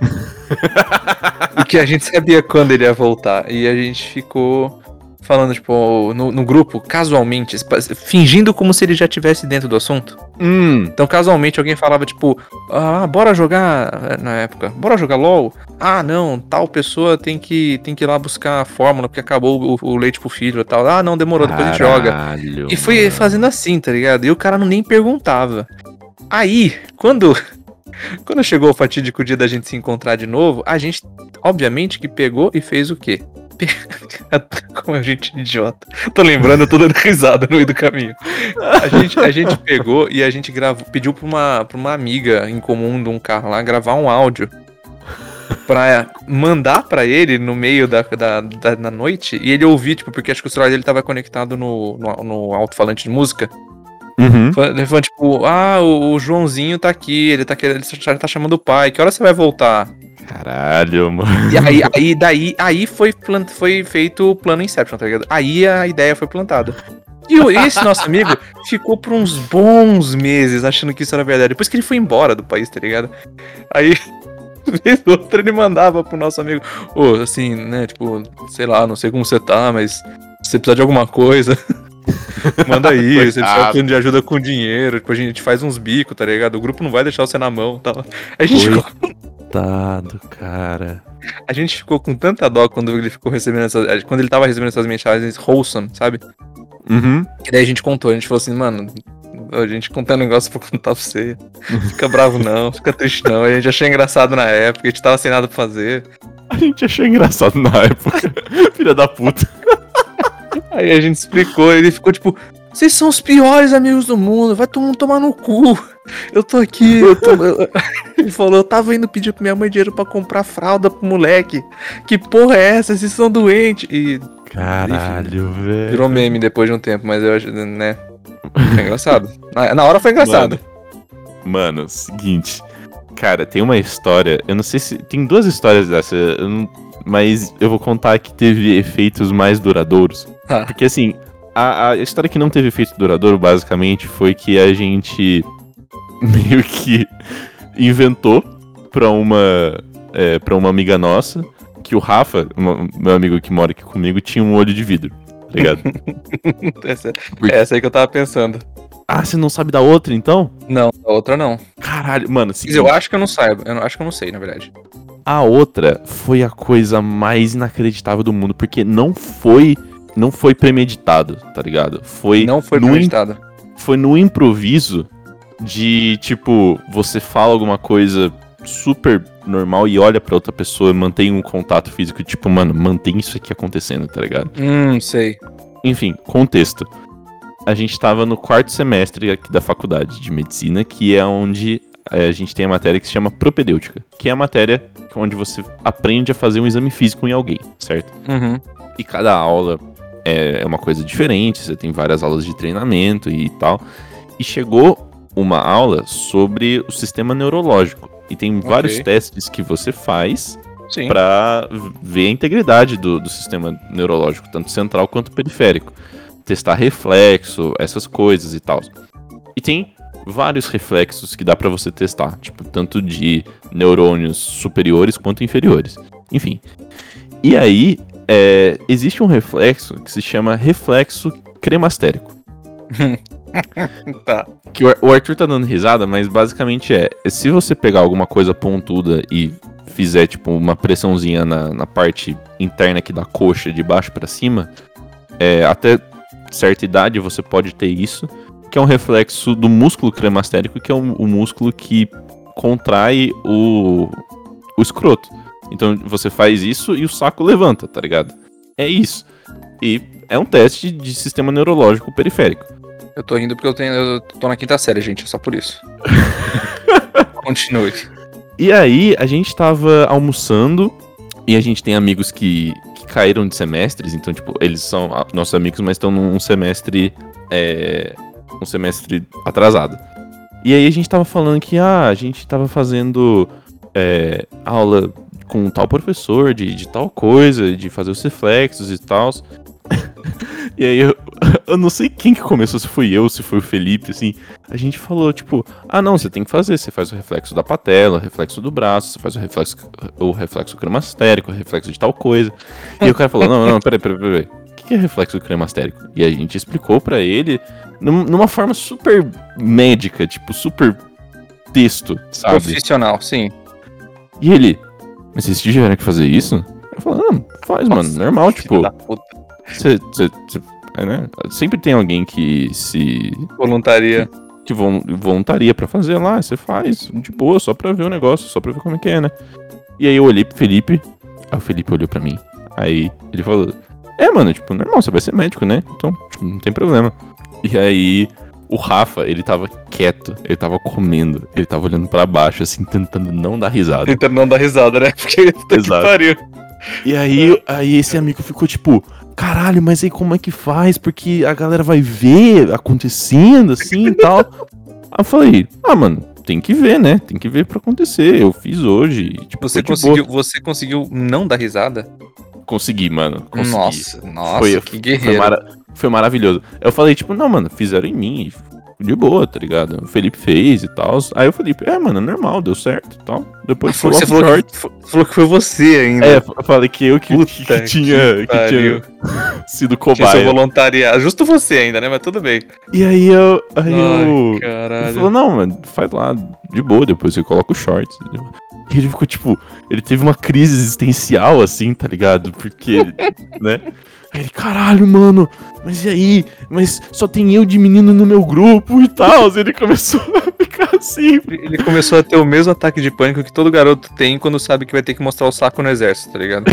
S1: E que a gente sabia quando ele ia voltar. E a gente ficou falando, tipo, no grupo, casualmente, fingindo como se ele já estivesse dentro do assunto. Então, casualmente, alguém falava, tipo, bora jogar, na época, bora jogar LOL? Ah, não, tal pessoa tem que ir lá buscar a fórmula, porque acabou o leite pro filho e tal. Ah, não, demorou, depois a gente joga. E foi fazendo assim, tá ligado? E o cara nem perguntava. Aí, quando chegou o fatídico dia da gente se encontrar de novo, a gente, obviamente, que pegou e fez o quê? Como a gente é idiota. Tô lembrando, eu tô dando risada no meio do caminho. A gente pegou e a gente pediu pra uma amiga em comum de um carro lá gravar um áudio pra mandar pra ele no meio da noite e ele ouvir, tipo, porque acho que o celular dele tava conectado no alto-falante de música. Ele falou, tipo, o Joãozinho tá aqui, ele tá chamando o pai, que hora você vai voltar?
S2: Caralho, mano.
S1: E aí foi feito o plano Inception, tá ligado? Aí a ideia foi plantada. E esse nosso amigo ficou por uns bons meses achando que isso era verdade. Depois que ele foi embora do país, tá ligado? Aí, vez ou outra, ele mandava pro nosso amigo, assim, né, tipo, sei lá, não sei como você tá, mas se você precisar de alguma coisa, manda aí, você precisa de ajuda com dinheiro, tipo, a gente faz uns bicos, tá ligado? O grupo não vai deixar você na mão, tá? A gente
S2: cara.
S1: A gente ficou com tanta dó quando ele tava recebendo essas mensagens wholesome, sabe? E daí a gente contou, a gente falou assim, mano, a gente contou um negócio pra contar pra você. Fica bravo não, fica triste não. A gente achou engraçado na época, a gente tava sem nada pra fazer.
S2: A gente achou engraçado na época. Filha da puta.
S1: Aí a gente explicou, ele ficou tipo, vocês são os piores amigos do mundo, vai todo mundo tomar no cu. Eu tô aqui, Ele falou, eu tava indo pedir pra minha mãe dinheiro pra comprar fralda pro moleque. Que porra é essa? Vocês são doentes. E...
S2: Caralho, velho.
S1: Virou meme depois de um tempo, mas eu acho, né? Foi engraçado. Na hora foi engraçado.
S2: Mano, seguinte. Cara, tem uma história, eu não sei se... Tem duas histórias dessa, mas eu vou contar que teve efeitos mais duradouros. Porque assim, a história que não teve efeito duradouro, basicamente, foi que a gente meio que inventou pra uma amiga nossa que o Rafa, meu amigo que mora aqui comigo, tinha um olho de vidro, tá ligado?
S1: Essa aí que eu tava pensando.
S2: Ah, você não sabe da outra, então?
S1: Não, a outra não.
S2: Caralho, mano. Seguinte,
S1: eu acho que eu não saiba. Eu acho que eu não sei, na verdade.
S2: A outra foi a coisa mais inacreditável do mundo, porque não foi premeditado, tá ligado?
S1: Não foi premeditado.
S2: Foi no improviso de, tipo, você fala alguma coisa super normal e olha pra outra pessoa e mantém um contato físico, tipo, mano, mantém isso aqui acontecendo, tá ligado?
S1: Sei.
S2: Enfim, contexto. A gente tava no 4º semestre aqui da faculdade de medicina, que é onde a gente tem a matéria que se chama propedêutica, que é a matéria onde você aprende a fazer um exame físico em alguém, certo? E cada aula é uma coisa diferente, você tem várias aulas de treinamento e tal. E chegou uma aula sobre o sistema neurológico. E tem vários testes que você faz pra ver a integridade do sistema neurológico, tanto central quanto periférico. Testar reflexo, essas coisas e tal. tem vários reflexos que dá pra você testar, tipo, tanto de neurônios superiores quanto inferiores. Enfim. E aí, existe um reflexo que se chama reflexo cremastérico.
S1: Tá.
S2: Que o Arthur tá dando risada, mas basicamente se você pegar alguma coisa pontuda e fizer, tipo, uma pressãozinha na parte interna aqui da coxa, de baixo pra cima, até certa idade você pode ter isso, que é um reflexo do músculo cremastérico, que é o músculo que contrai o escroto. Então você faz isso e o saco levanta, tá ligado? É isso. E é um teste de sistema neurológico periférico.
S1: Eu tô rindo porque eu tô na 5ª série, gente, é só por isso. Continue.
S2: E aí, a gente tava almoçando, e a gente tem amigos que caíram de semestres, então, tipo, eles são nossos amigos, mas estão num semestre atrasado. E aí a gente tava falando que, a gente tava fazendo aula com tal professor de tal coisa, de fazer os reflexos e tal. E aí eu não sei quem que começou, se foi eu, se foi o Felipe, assim. A gente falou, tipo, não, você tem que fazer. Você faz o reflexo da patela, o reflexo do braço, você faz o reflexo cremastérico, o reflexo de tal coisa. E aí o cara falou, não, peraí. O que é reflexo cremastérico? E a gente explicou pra ele numa forma super médica, tipo, super texto, sabe?
S1: Profissional, sim.
S2: E ele, mas vocês tiveram que fazer isso? Eu falei, não, faz, mano, normal, tipo... né? Sempre tem alguém que se...
S1: Voluntaria.
S2: Que voluntaria pra fazer lá, você faz, de boa, só pra ver o negócio, só pra ver como é que é, né? E aí eu olhei pro Felipe, aí o Felipe olhou pra mim, aí ele falou, mano, tipo, normal, você vai ser médico, né? Então, tipo, não tem problema. E aí... O Rafa, ele tava quieto, ele tava comendo, ele tava olhando pra baixo, assim, tentando não dar risada.
S1: Tentando não dar risada, né? Porque puta que pariu.
S2: E aí esse amigo ficou tipo, caralho, mas aí como é que faz? Porque a galera vai ver acontecendo assim e tal. Aí eu falei, mano, tem que ver, né? Tem que ver pra acontecer. Eu fiz hoje. Tipo,
S1: você conseguiu não dar risada?
S2: Consegui, mano. Consegui.
S1: Nossa, que guerreiro.
S2: Foi maravilhoso. Eu falei, tipo, não, mano, fizeram em mim. De boa, tá ligado? O Felipe fez e tal. Aí o Felipe, mano, normal, deu certo e tal. Depois
S1: você falou que foi você ainda.
S2: Eu falei que eu que tinha sido cobaia.
S1: Tinha seu voluntariado. Justo você ainda, né? Mas tudo bem.
S2: E aí eu
S1: caralho.
S2: Ele falou, não, mano, faz lá de boa, depois você coloca o shorts. E ele ficou, tipo, ele teve uma crise existencial, assim, tá ligado? Porque, né? Aí ele, caralho, mano, mas e aí? Mas só tem eu de menino no meu grupo e tal. Ele começou a ficar assim.
S1: Ele começou a ter o mesmo ataque de pânico que todo garoto tem quando sabe que vai ter que mostrar o saco no exército, tá ligado?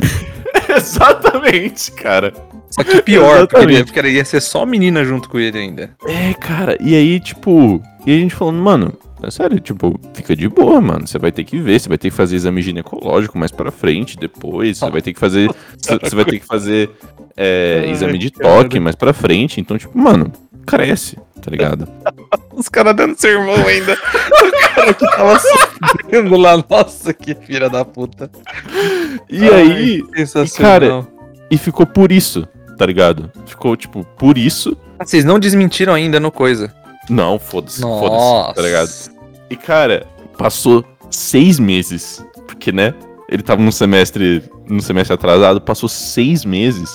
S2: Exatamente, cara.
S1: Só que pior, porque ia ser só menina junto com ele ainda.
S2: Cara, e aí, tipo, e a gente falando, mano, é sério, tipo, fica de boa, mano. Você vai ter que ver, você vai ter que fazer exame ginecológico mais pra frente, depois. Você vai ter que fazer. Você vai ter que fazer exame de toque mais pra frente. Então, tipo, mano, cresce, tá ligado?
S1: Os caras dando sermão ainda. O cara que tava sofrendo lá, nossa, que filha da puta.
S2: E aí,
S1: sensacional.
S2: E ficou por isso, tá ligado? Ficou, tipo, por isso.
S1: Vocês não desmentiram ainda no coisa.
S2: Não, foda-se, tá ligado? E, cara, passou 6 meses, porque, né, ele tava num semestre atrasado, passou 6 meses,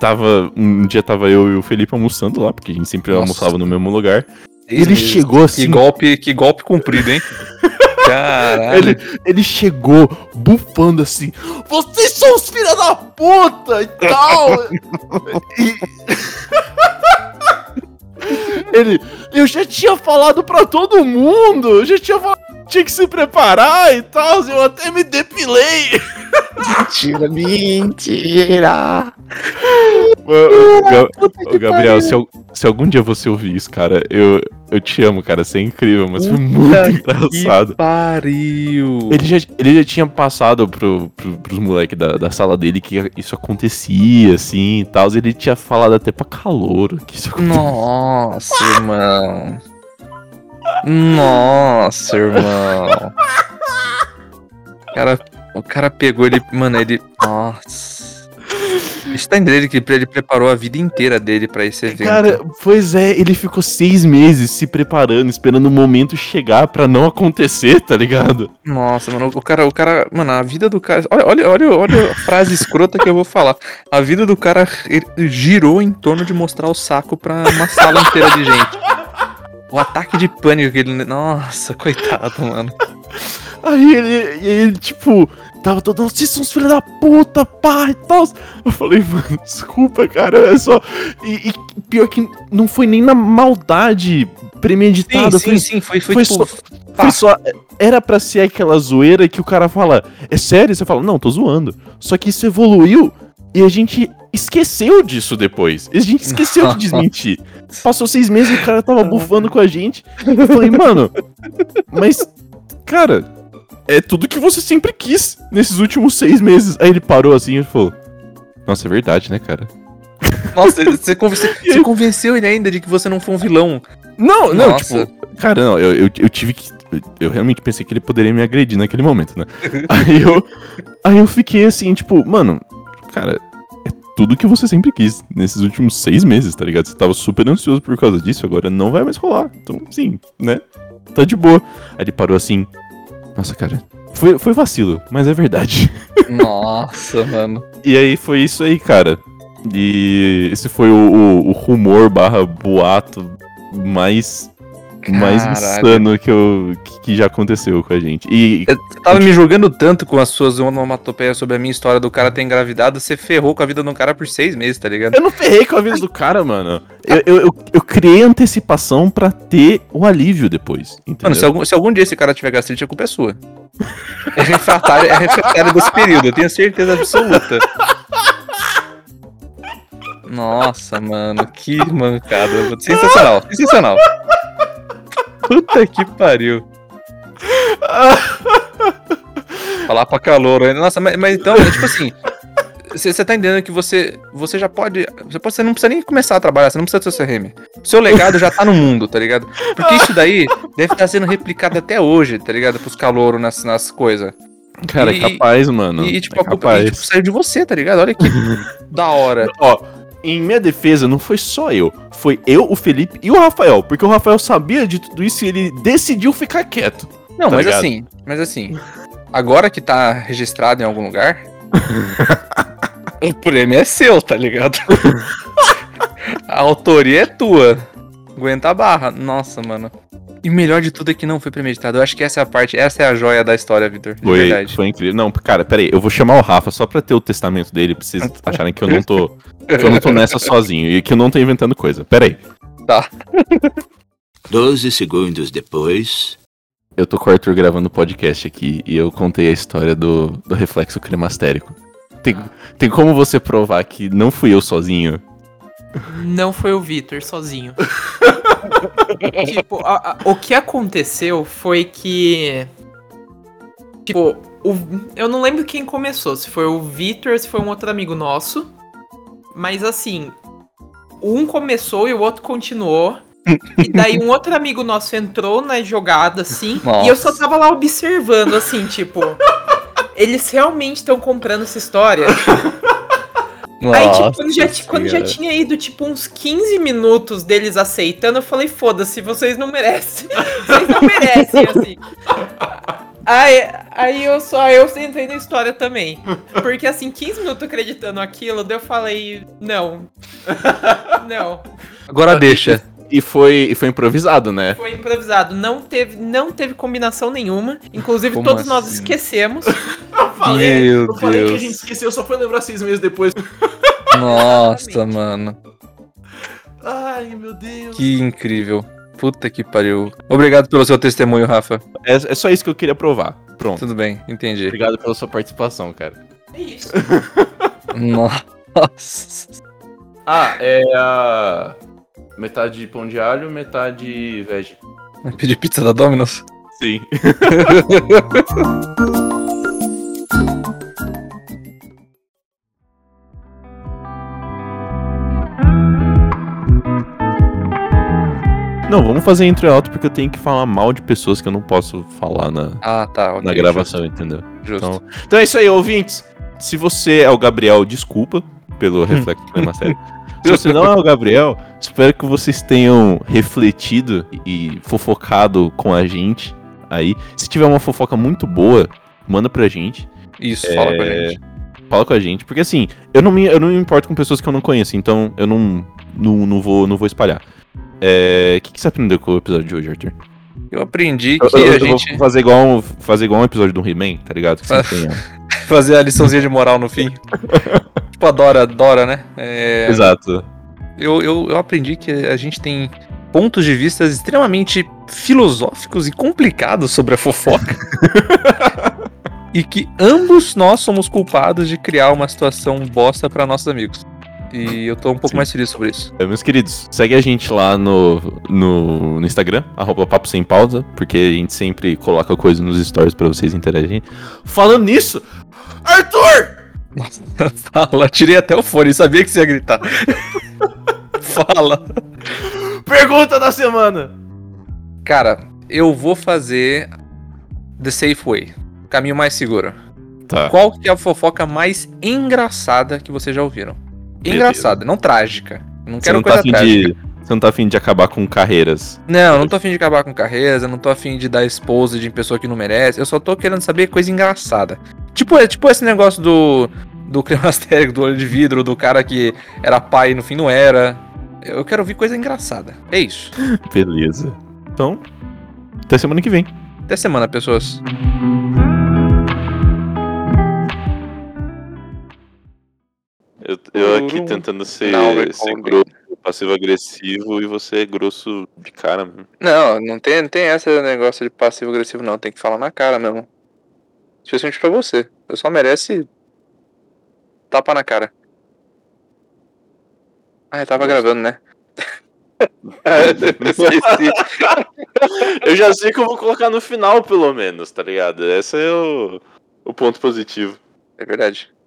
S2: um dia tava eu e o Felipe almoçando lá, porque a gente sempre almoçava no mesmo lugar, e ele chegou assim...
S1: Que golpe comprido, hein? Caralho.
S2: Ele chegou bufando assim, vocês são os filha da puta e tal! Eu já tinha falado pra todo mundo, eu já tinha falado que tinha que se preparar e tal, eu até me depilei. Mentira. Ô, Gabriel, se algum dia você ouvir isso, cara, eu te amo, cara, você é incrível, mas foi muito engraçado.
S1: Que pariu.
S2: Ele já tinha passado pros moleques da sala dele que isso acontecia, assim, e tal, ele tinha falado até pra calouro que isso acontecia.
S1: Nossa, irmão. Nossa, irmão. O cara pegou ele, mano, ele... Nossa. Você tá entendendo que ele preparou a vida inteira dele pra esse evento.
S2: Cara, pois é, ele ficou 6 meses se preparando, esperando o momento chegar pra não acontecer, tá ligado?
S1: Nossa, mano, o cara, mano, a vida do cara. Olha a frase escrota que eu vou falar. A vida do cara girou em torno de mostrar o saco pra uma sala inteira de gente. O ataque de pânico que ele. Nossa, coitado, mano.
S2: Aí ele tipo, tava todo, vocês são os filhos da puta, pá, e tal. Eu falei, mano, desculpa, cara, é só. E pior que não foi nem na maldade premeditada.
S1: Sim, foi
S2: foi
S1: tipo.
S2: Foi só. Era pra ser aquela zoeira que o cara fala, é sério? Você fala, não, tô zoando. Só que isso evoluiu e a gente esqueceu disso depois. A gente esqueceu de desmentir. Passou 6 meses e o cara tava bufando com a gente. Eu falei, mano, mas, cara, é tudo que você sempre quis nesses últimos 6 meses. Aí ele parou assim e falou, nossa, é verdade, né, cara?
S1: Nossa, você convenceu ele ainda de que você não foi um vilão.
S2: Não,
S1: Nossa.
S2: tipo, cara, não, eu tive que. Eu realmente pensei que ele poderia me agredir naquele momento, né? Aí eu fiquei assim, tipo, mano, cara, é tudo que você sempre quis nesses últimos 6 meses, tá ligado? Você tava super ansioso por causa disso, agora não vai mais rolar. Então, sim, né? Tá de boa. Aí ele parou assim. Nossa, cara, foi vacilo, mas é verdade.
S1: Nossa, mano.
S2: E aí foi isso aí, cara. E esse foi o rumor / boato mais insano que já aconteceu com a gente. E
S1: você tava me julgando tanto com as suas onomatopeias sobre a minha história do cara ter engravidado, você ferrou com a vida de um cara por 6 meses, tá ligado?
S2: eu não ferrei com a vida do cara, mano. Eu criei antecipação pra ter o alívio depois, entendeu?
S1: Mano, se algum dia esse cara tiver gastrite, a culpa é sua. É refratário desse período, eu tenho certeza absoluta. Nossa, mano, que mancada. Sensacional. Puta que pariu. Falar pra calor ainda. Nossa, mas então, tipo assim, você tá entendendo que você já pode. Você não precisa nem começar a trabalhar, você não precisa ter seu CRM. Seu legado já tá no mundo, tá ligado? Porque isso daí deve estar sendo replicado até hoje, tá ligado? Pros calouros nas coisas.
S2: Cara, é capaz, mano.
S1: E tipo,
S2: é capaz.
S1: tipo, saiu de você, tá ligado? Olha que da hora.
S2: Ó, em minha defesa, não foi só eu. Foi eu, o Felipe e o Rafael. Porque o Rafael sabia de tudo isso e ele decidiu ficar quieto.
S1: Não,
S2: tá
S1: mas assim, agora que tá registrado em algum lugar, o prêmio é seu, tá ligado? A autoria é tua. Aguenta a barra. Nossa, mano. E o melhor de tudo é que não foi premeditado. Eu acho que essa é a parte, essa é a joia da história, Vitor. De verdade.
S2: Foi incrível. Não, cara, pera aí, eu vou chamar o Rafa só pra ter o testamento dele, pra vocês acharem que eu não tô nessa sozinho e que eu não tô inventando coisa. Pera aí.
S1: Tá.
S3: 12 segundos depois.
S2: Eu tô com o Arthur gravando podcast aqui e eu contei a história do reflexo cremastérico. Tem como você provar que não fui eu sozinho?
S4: Não foi o Vitor sozinho. Tipo, o que aconteceu foi que... Tipo, eu não lembro quem começou. Se foi o Vitor, se foi um outro amigo nosso. Mas assim, um começou e o outro continuou. E daí um outro amigo nosso entrou na jogada, assim.
S1: Nossa.
S4: E eu só tava lá observando, assim, tipo... Eles realmente estão comprando essa história? Aí, tipo, quando já tinha ido, tipo, uns 15 minutos deles aceitando, eu falei, foda-se, vocês não merecem. Vocês não merecem, assim. Aí eu entrei na história também. Porque, assim, 15 minutos acreditando aquilo, daí eu falei, não.
S1: Agora deixa.
S2: E foi improvisado, né?
S4: Foi improvisado. Não teve combinação nenhuma. Inclusive,
S1: Como
S4: todos
S1: assim?
S4: nós esquecemos.
S2: Eu falei que a
S1: Deus.
S2: gente esqueceu, só foi lembrar 6 meses depois.
S1: Nossa, mano.
S2: Ai, meu Deus.
S1: Que incrível. Puta que pariu. Obrigado pelo seu testemunho, Rafa.
S2: É só isso que eu queria provar. Pronto.
S1: Tudo bem, entendi.
S2: Obrigado pela sua participação, cara.
S4: É isso.
S1: Nossa.
S2: Ah, é a... metade pão de alho, metade veg.
S1: Vai pedir pizza da Domino's?
S2: Sim. Não, vamos fazer intro alto porque eu tenho que falar mal de pessoas que eu não posso falar na
S1: Tá, ok.
S2: gravação, entendeu?
S1: Justo.
S2: Então é isso aí, ouvintes. Se você é o Gabriel, desculpa. pelo reflexo do Clima Sério. Se você não é o Gabriel, espero que vocês tenham refletido e fofocado com a gente aí. Se tiver uma fofoca muito boa, manda pra gente.
S1: Isso, fala com a gente.
S2: Fala com a gente. Porque assim, eu não me importo com pessoas que eu não conheço, então eu não vou espalhar. O que você aprendeu com o episódio de hoje, Arthur?
S1: Eu aprendi que
S2: Eu
S1: a gente...
S2: vou fazer igual um episódio do He-Man, tá ligado? Que sempre tem,
S1: Fazer a liçãozinha de moral no fim. Tipo a Dora, né?
S2: Exato.
S1: Eu aprendi que a gente tem pontos de vista extremamente filosóficos e complicados sobre a fofoca. E que ambos nós somos culpados de criar uma situação bosta pra nossos amigos. E eu tô um pouco mais feliz sobre isso.
S2: Meus queridos, segue a gente lá no Instagram, @papo sem pausa, porque a gente sempre coloca coisa nos stories pra vocês interagirem. Falando nisso, Arthur!
S1: Nossa, fala, tirei até o fone, sabia que você ia gritar. Fala.
S2: Pergunta da semana!
S1: Cara, eu vou fazer The Safe Way, caminho mais seguro.
S2: Tá.
S1: Qual que é a fofoca mais engraçada que vocês já ouviram? Engraçada, não trágica. Não quero coisa trágica.
S2: Você não tá afim de acabar com carreiras.
S1: Não, eu não tô afim de acabar com carreiras, eu não tô afim de dar expose de pessoa que não merece, eu só tô querendo saber coisa engraçada. Tipo esse negócio do climastério, do olho de vidro, do cara que era pai e no fim não era. Eu quero ouvir coisa engraçada. É isso.
S2: Beleza. Então, até semana que vem.
S1: Até semana, pessoas.
S2: Eu aqui tentando ser grosso, passivo-agressivo, e você é grosso de cara mesmo.
S1: Não tem esse negócio de passivo-agressivo não, tem que falar na cara mesmo. Especialmente pra você. Você só merece tapa na cara. Eu tava gravando, né? Esqueci.
S2: Eu já sei que eu vou colocar no final, pelo menos, tá ligado? Esse é o ponto positivo.
S1: É verdade.